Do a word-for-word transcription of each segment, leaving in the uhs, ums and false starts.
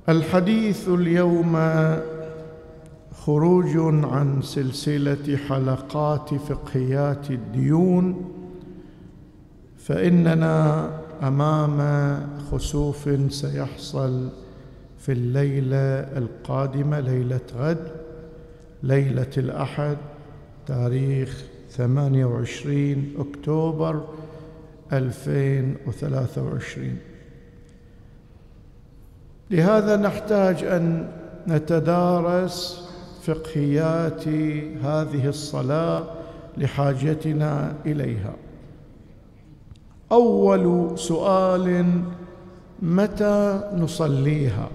الحديث اليوم خروج عن سلسلة حلقات فقهيات الديون، فإننا أمام خسوف سيحصل في الليلة القادمة، ليلة غد، ليلة الأحد، تاريخ ثمانية وعشرين أكتوبر ألفين وثلاثة وعشرين. لهذا نحتاج أن نتدارس فقهيات هذه الصلاة لحاجتنا إليها. أول سؤال: متى نصليها؟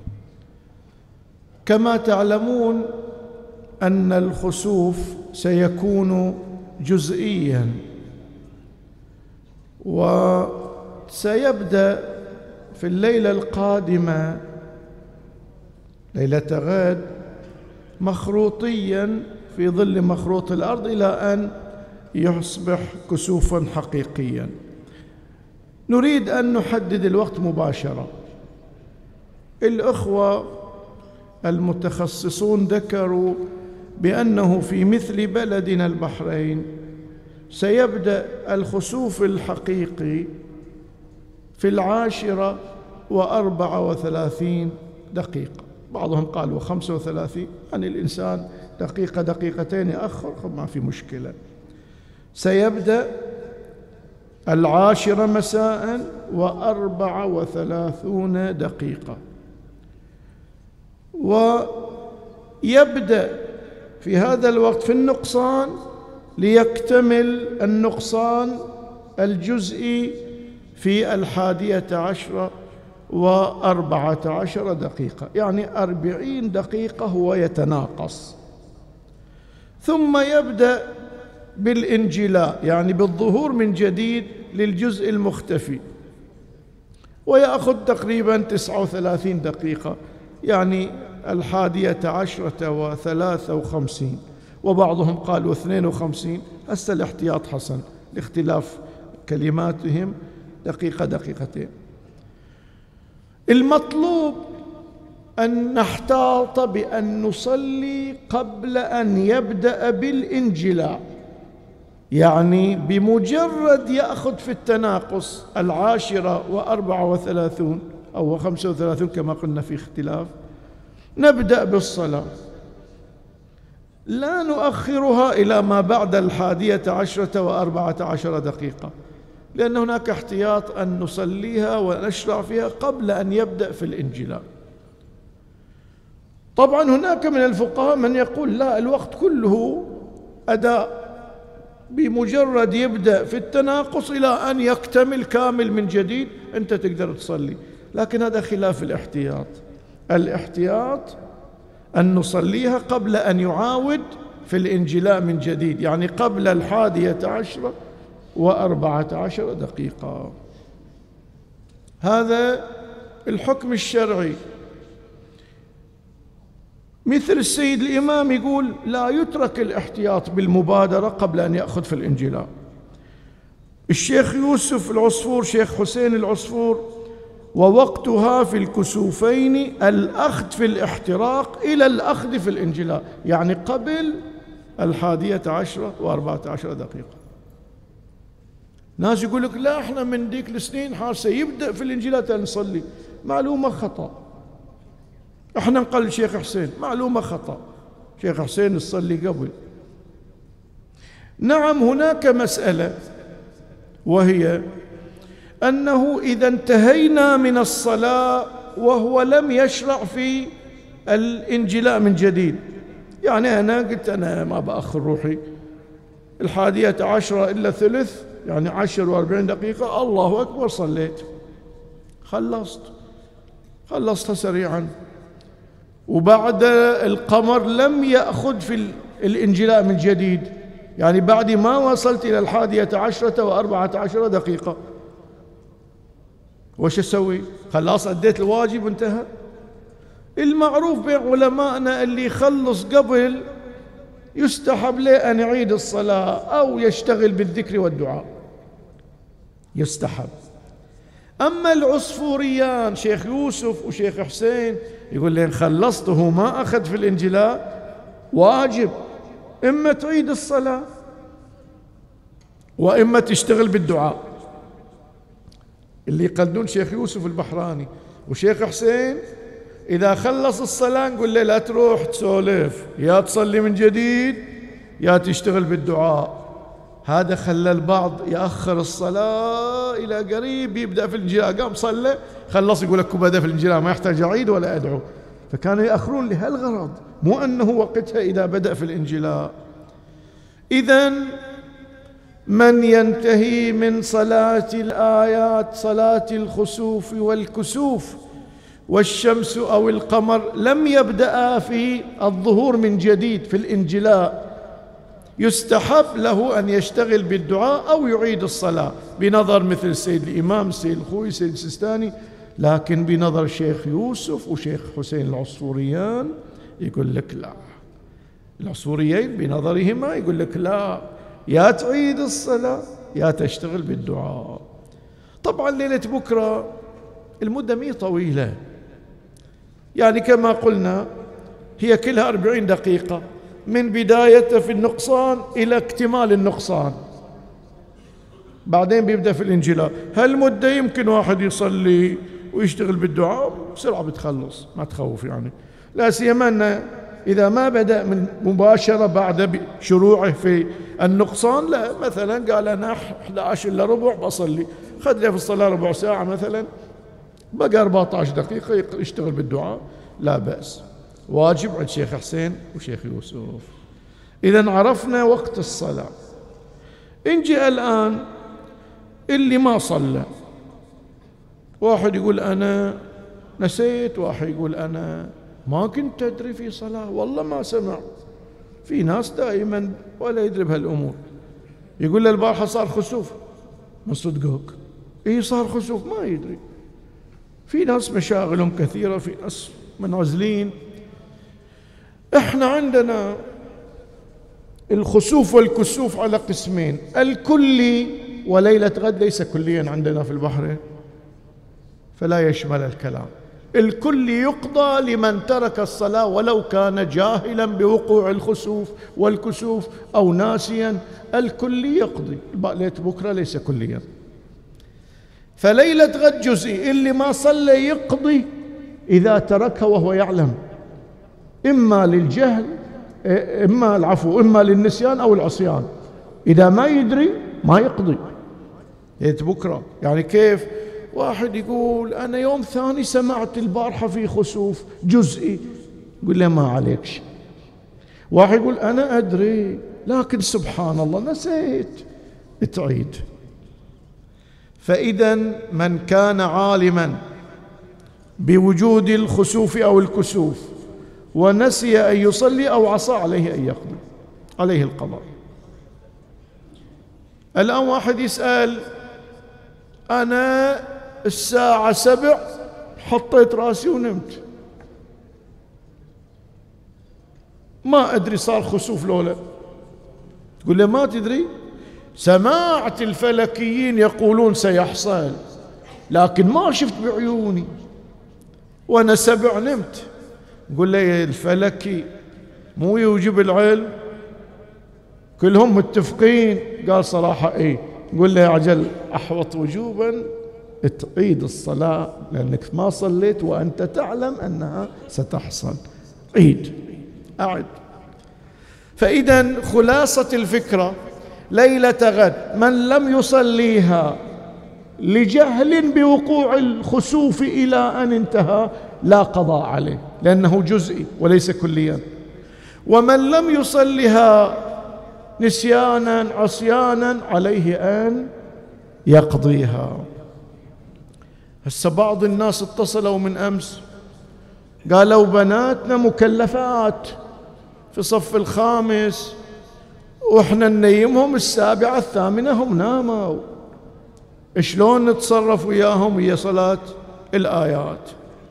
كما تعلمون أن الخسوف سيكون جزئياً، وسيبدأ في الليلة القادمة ليلة غد مخروطياً في ظل مخروط الأرض إلى أن يصبح كسوفاً حقيقياً. نريد أن نحدد الوقت مباشرة. الأخوة المتخصصون ذكروا بأنه في مثل بلدنا البحرين سيبدأ الخسوف الحقيقي في العاشرة وأربعة وثلاثين دقيقة، بعضهم قال وخمسة وثلاثين، يعني الإنسان دقيقة دقيقتين يأخر ما في مشكلة. سيبدأ العاشرة مساء وأربعة وثلاثون دقيقة، ويبدأ في هذا الوقت في النقصان ليكتمل النقصان الجزئي في الحادية عشرة وأربعة عشر دقيقة، يعني أربعين دقيقة هو يتناقص. ثم يبدأ بالانجلاء، يعني بالظهور من جديد للجزء المختفي، ويأخذ تقريبا تسعة وثلاثين دقيقة، يعني الحادية عشرة وثلاثة وخمسين، وبعضهم قالوا اثنين وخمسين. هسه الاحتياط حسن لاختلاف كلماتهم، دقيقة دقيقتين. المطلوب أن نحتاط بأن نصلي قبل أن يبدأ بالانجلاء، يعني بمجرد يأخذ في التناقص العاشرة وأربعة وثلاثون أو خمسة وثلاثون كما قلنا في اختلاف، نبدأ بالصلاة، لا نؤخرها إلى ما بعد الحادية عشرة وأربعة عشر دقيقة، لأن هناك احتياط أن نصليها ونشرع فيها قبل أن يبدأ في الانجلاء. طبعا هناك من الفقهاء من يقول لا، الوقت كله أداء، بمجرد يبدأ في التناقص إلى أن يكتمل كامل من جديد أنت تقدر تصلي، لكن هذا خلاف الاحتياط. الاحتياط أن نصليها قبل أن يعاود في الانجلاء من جديد، يعني قبل الحادية عشرة وأربعة عشر دقيقة. هذا الحكم الشرعي. مثل السيد الإمام يقول لا يترك الاحتياط بالمبادرة قبل أن يأخذ في الانجلاء. الشيخ يوسف العصفور، شيخ حسين العصفور: ووقتها في الكسوفين الأخذ في الاحتراق إلى الأخذ في الانجلاء، يعني قبل الحادية عشرة وأربعة عشر دقيقة. ناس يقول لك لا، احنا من ديك السنين حاسة يبدأ في الانجلاء تنصلي. معلومة خطأ. احنا نقل شيخ حسين، معلومة خطأ. شيخ حسين نصلي قبل. نعم، هناك مسألة، وهي أنه إذا انتهينا من الصلاة وهو لم يشرع في الانجلاء من جديد، يعني أنا قلت أنا ما بأخر روحي الحادية عشرة إلا ثلث، يعني عشر وأربعين دقيقة، الله أكبر صليت، خلصت خلصتها سريعا، وبعد القمر لم يأخذ في الانجلاء من جديد، يعني بعد ما وصلت إلى الحادية عشرة وأربعة عشر دقيقة، وش أسوي؟ خلاص أديت الواجب وانتهى. المعروف بين علمائنا اللي يخلص قبل يستحب له أن يعيد الصلاة أو يشتغل بالذكر والدعاء، يستحب. أما العصفوريان شيخ يوسف وشيخ حسين يقول لين خلصته ما أخذ في الانجلاء واجب إما تعيد الصلاة وإما تشتغل بالدعاء. اللي يقلدون شيخ يوسف البحراني وشيخ حسين إذا خلص الصلاة نقول له لا تروح تسولف، يا تصلي من جديد يا تشتغل بالدعاء. هذا خلى البعض يأخر الصلاة إلى قريب يبدأ في الانجلاء، قام صلى خلص يقول لك بدأ في الانجلاء ما يحتاج أعيد ولا أدعو. فكانوا يأخرون لهالغرض، مو أنه وقتها إذا بدأ في الانجلاء. إذن من ينتهي من صلاة الآيات صلاة الخسوف والكسوف والشمس أو القمر لم يبدأ في الظهور من جديد في الانجلاء، يستحب له أن يشتغل بالدعاء أو يعيد الصلاة بنظر مثل السيد الإمام السيد الخوي السيد السيستاني. لكن بنظر شيخ يوسف وشيخ حسين العصفوريان يقول لك لا، العصفوريين بنظرهما يقول لك لا، يا تعيد الصلاة يا تشتغل بالدعاء. طبعا ليلة بكرة المدة مي طويلة، يعني كما قلنا هي كلها أربعين دقيقة من بداية في النقصان إلى اكتمال النقصان، بعدين بيبدأ في الانجلاء. هالمدة يمكن واحد يصلي ويشتغل بالدعاء بسرعة بتخلص، ما تخوف يعني. لا سيما أن إذا ما بدأ من مباشرة بعد شروعه في النقصان، لا مثلا قال أنا إحدى عشر إلا ربع بصلي، خذ لي في الصلاة ربع ساعة مثلا، بقى أربعة عشر دقيقة يشتغل بالدعاء لا بأس. واجب عند شيخ حسين وشيخ يوسف. إذن عرفنا وقت الصلاة. انجي الآن اللي ما صلى، واحد يقول أنا نسيت، واحد يقول أنا ما كنت أدري في صلاة، والله ما سمع. في ناس دائما ولا يدري بهالأمور، يقول له البارحة صار خسوف، من صدقك إيه صار خسوف ما يدري. في ناس مشاغلهم كثيرة، في ناس منعزلين. احنا عندنا الخسوف والكسوف على قسمين، الكلي وليلة غد ليس كليا عندنا في البحرين فلا يشمل الكلام. الكل يقضى لمن ترك الصلاة ولو كان جاهلا بوقوع الخسوف والكسوف أو ناسيا، الكل يقضي. ليلة بكرة ليس كليا. فليلة غد جزئي، اللي ما صلى يقضي إذا تركها وهو يعلم، إما للجهل إما العفو إما للنسيان أو العصيان. إذا ما يدري ما يقضي ليلة بكرة. يعني كيف واحد يقول أنا يوم ثاني سمعت البارحة في خسوف جزئي، يقول له ما عليك شيء. واحد يقول أنا أدري لكن سبحان الله نسيت، تعيد. فإذا من كان عالما بوجود الخسوف أو الكسوف ونسي أن يصلي أو عصى عليه أن يقضي، عليه القضاء. الآن واحد يسأل أنا الساعة سبع حطيت راسي ونمت، ما أدري صار خسوف لولا. تقول له ما تدري، سمعت الفلكيين يقولون سيحصل لكن ما شفت بعيوني وأنا سبع نمت. نقول له الفلكي مو يوجب العلم، كلهم متفقين. قال صراحة إيه. نقول له عجل أحوط وجوبا تعيد الصلاة لأنك ما صليت وأنت تعلم أنها ستحصل، عيد أعد. فإذا خلاصة الفكرة ليلة غد من لم يصليها لجهل بوقوع الخسوف إلى أن انتهى لا قضاء عليه لأنه جزئي وليس كليا، ومن لم يصلها نسيانا عصيانا عليه أن يقضيها. هسه بعض الناس اتصلوا من أمس قالوا بناتنا مكلفات في صف الخامس وإحنا ننيمهم السابعة الثامنة هم ناموا، شلون نتصرف وياهم ويا صلاة الآيات؟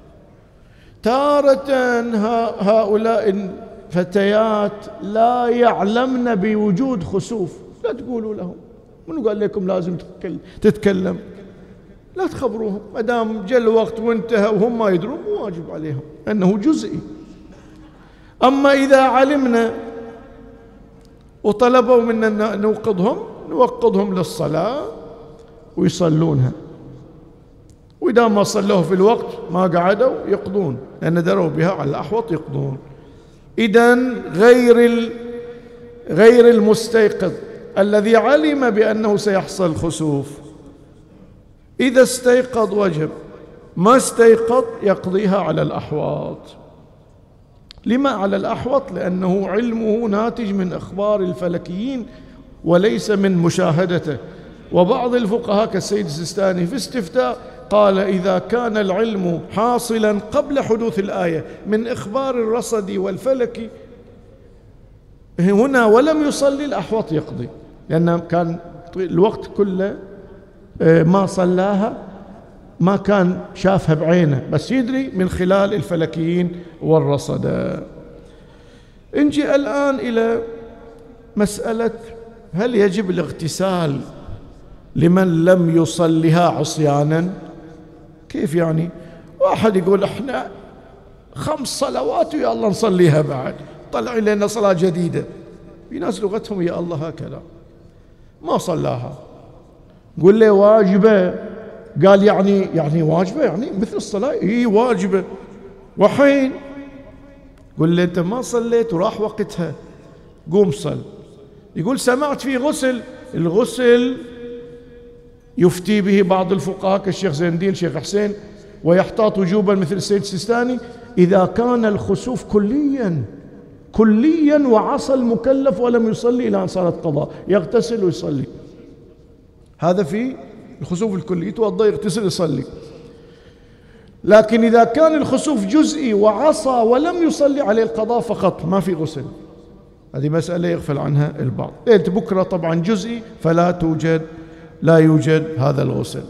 تارة هؤلاء الفتيات لا يعلمن بوجود خسوف، لا تقولوا لهم، من قال لكم لازم تتكلم؟ لا تخبروهم، ما دام جاء الوقت وانتهى وهم ما يدرون مو واجب عليهم، أنه جزئي. أما إذا علمنا وطلبوا منا نوقظهم نوقظهم للصلاة ويصلونها، وإذا ما صلوه في الوقت ما قعدوا يقضون، لأن دروا بها على الأحوط يقضون. إذن غير غير المستيقظ الذي علم بأنه سيحصل خسوف إذا استيقظ وجب، ما استيقظ يقضيها على الأحواط. لما على الأحوط؟ لأنه علمه ناتج من أخبار الفلكيين وليس من مشاهدته. وبعض الفقهاء كالسيد السيستاني في استفتاء قال إذا كان العلم حاصلا قبل حدوث الآية من إخبار الرصد والفلك هنا ولم يصلي الأحوط يقضي، لأن كان الوقت كله ما صلاها، ما كان شافها بعينه، بس يدري من خلال الفلكيين والرصد. نجي الآن إلى مسألة هل يجب الاغتسال لمن لم يصلها عصيانا؟ كيف يعني؟ واحد يقول احنا خمس صلوات ويا الله نصليها بعد، طلع لنا صلاة جديدة. في ناس لغتهم يا الله هكذا ما صلاها، قل له واجبة، قال يعني يعني واجبة يعني مثل الصلاة، هي واجبة وحين قل له انت ما صليت وراح وقتها، قوم صل. يقول سمعت في غسل، الغسل يفتي به بعض الفقهاء كالشيخ زين الدين الشيخ حسين ويحتاط وجوبا مثل السيد السيستاني إذا كان الخسوف كليا كليا وعصى المكلف ولم يصلي إلى أن صارت قضاء، يغتسل ويصلي. هذا في الخسوف الكلي، يتوضأ يغتسل يصلي. لكن إذا كان الخسوف جزئي وعصى ولم يصلي عليه القضاء فقط، ما في غسل. هذه مسألة يغفل عنها البعض. ليلة بكرة طبعا جزئي فلا توجد لا يوجد هذا الغسل.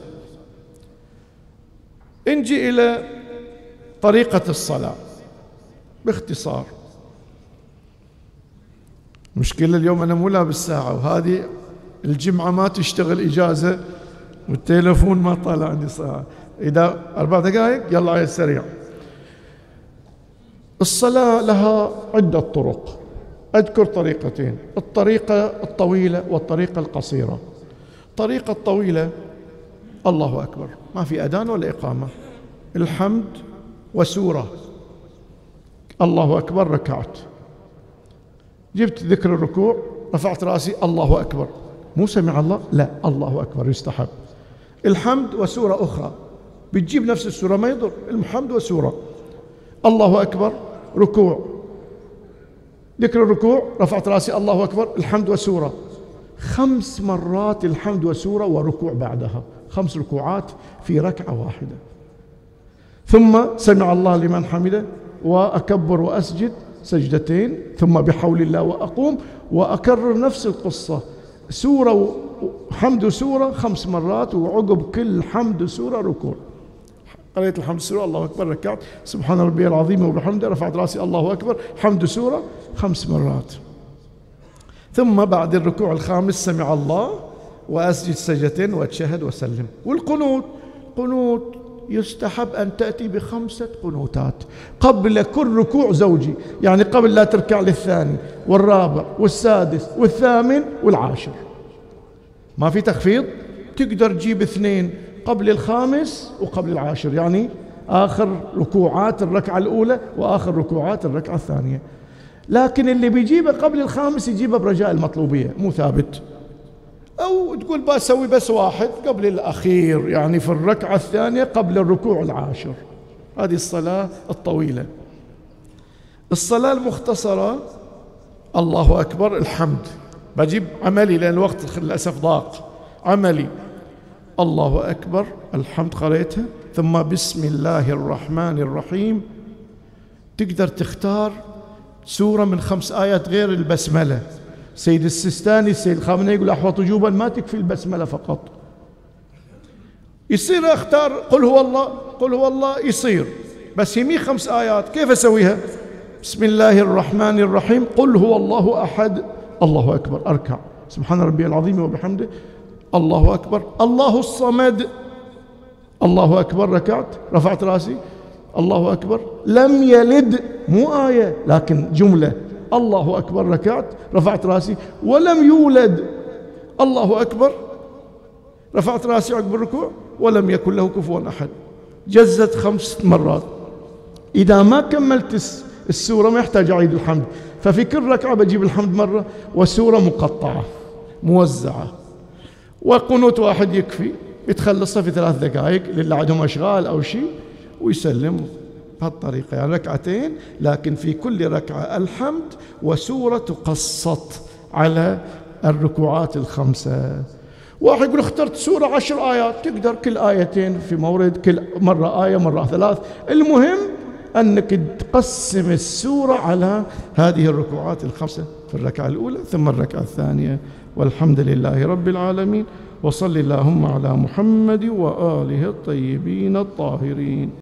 نجي إلى طريقة الصلاة باختصار. مشكلة اليوم أنا مو لابس ساعة، وهذه الجمعة ما تشتغل إجازة والتليفون ما طالع عندي ساعة، إذا أربع دقائق يلا على السريع. الصلاة لها عدة طرق، أذكر طريقتين، الطريقة الطويلة والطريقة القصيرة. الطريقة الطويلة الله أكبر، ما في أذان ولا إقامة، الحمد وسورة، الله أكبر، ركعت، جبت ذكر الركوع، رفعت رأسي، الله أكبر، مو سمع الله، لا الله أكبر يستحب. الحمد وسورة أخرى، بتجيب نفس السورة ما يضر، الحمد وسورة، الله أكبر، ركوع، ذكر الركوع، رفعت رأسي، الله أكبر، الحمد وسورة، خمس مرات الحمد وسورة وركوع بعدها، خمس ركوعات في ركعة واحدة. ثم سمع الله لمن حمده وأكبر وأسجد سجدتين، ثم بحول الله وأقوم، وأكرر نفس القصة، سورة حمد سورة خمس مرات، وعقب كل حمد سورة ركوع. قريت الحمد سورة الله أكبر، ركعت، سبحان ربي العظيم وبحمده، رفعت رأسي، الله أكبر، حمد سورة خمس مرات. ثم بعد الركوع الخامس سمع الله وأسجد سجدتين وأتشهد وسلم. والقنوت، قنوت يستحب أن تأتي بخمسة قنوتات قبل كل ركوع زوجي، يعني قبل لا تركع للثاني والرابع والسادس والثامن والعاشر، ما في تخفيض، تقدر تجيب اثنين قبل الخامس وقبل العاشر، يعني آخر ركوعات الركعة الأولى وآخر ركوعات الركعة الثانية. لكن اللي بيجيبه قبل الخامس يجيبه برجاء المطلوبية، مو ثابت. أو تقول بسوي بس واحد قبل الأخير، يعني في الركعة الثانية قبل الركوع العاشر. هذه الصلاة الطويلة. الصلاة المختصرة الله أكبر، الحمد، بجيب عملي لأن الوقت للأسف ضاق، عملي الله أكبر، الحمد قريتها، ثم بسم الله الرحمن الرحيم. تقدر تختار سورة من خمس آيات غير البسملة. سيد السيستاني السيد الخامنئي يقول أحوط وجوبا ما تكفي البسملة فقط، يصير أختار قل هو الله، قل هو الله يصير، بس يمي خمس آيات كيف أسويها؟ بسم الله الرحمن الرحيم، قل هو الله أحد، الله أكبر، أركع، سبحان ربي العظيم وبحمده، الله أكبر، الله الصمد، الله أكبر ركعت رفعت راسي الله أكبر. لم يلد مو آية لكن جملة، الله أكبر ركعت رفعت راسي. ولم يولد الله أكبر رفعت راسي عقب الركوع ولم يكن له كفوا أحد. جزت خمس مرات. إذا ما كملت السورة ما يحتاج أعيد الحمد، ففي كل ركعة بجيب الحمد مرة، وسورة مقطعة موزعة، وقنوت واحد يكفي يتخلصها في ثلاث دقائق للي عندهم أشغال أو شيء ويسلم بهالطريقة. يعني ركعتين لكن في كل ركعة الحمد وسورة تقسط على الركوعات الخمسة. واحد يقول اخترت سورة عشر آيات، تقدر كل آيتين في مورد، كل مرة آية مرة ثلاث. المهم أنك تقسم السورة على هذه الركوعات الخمسة في الركعة الأولى ثم الركعة الثانية. والحمد لله رب العالمين، وصل اللهم على محمد وآله الطيبين الطاهرين.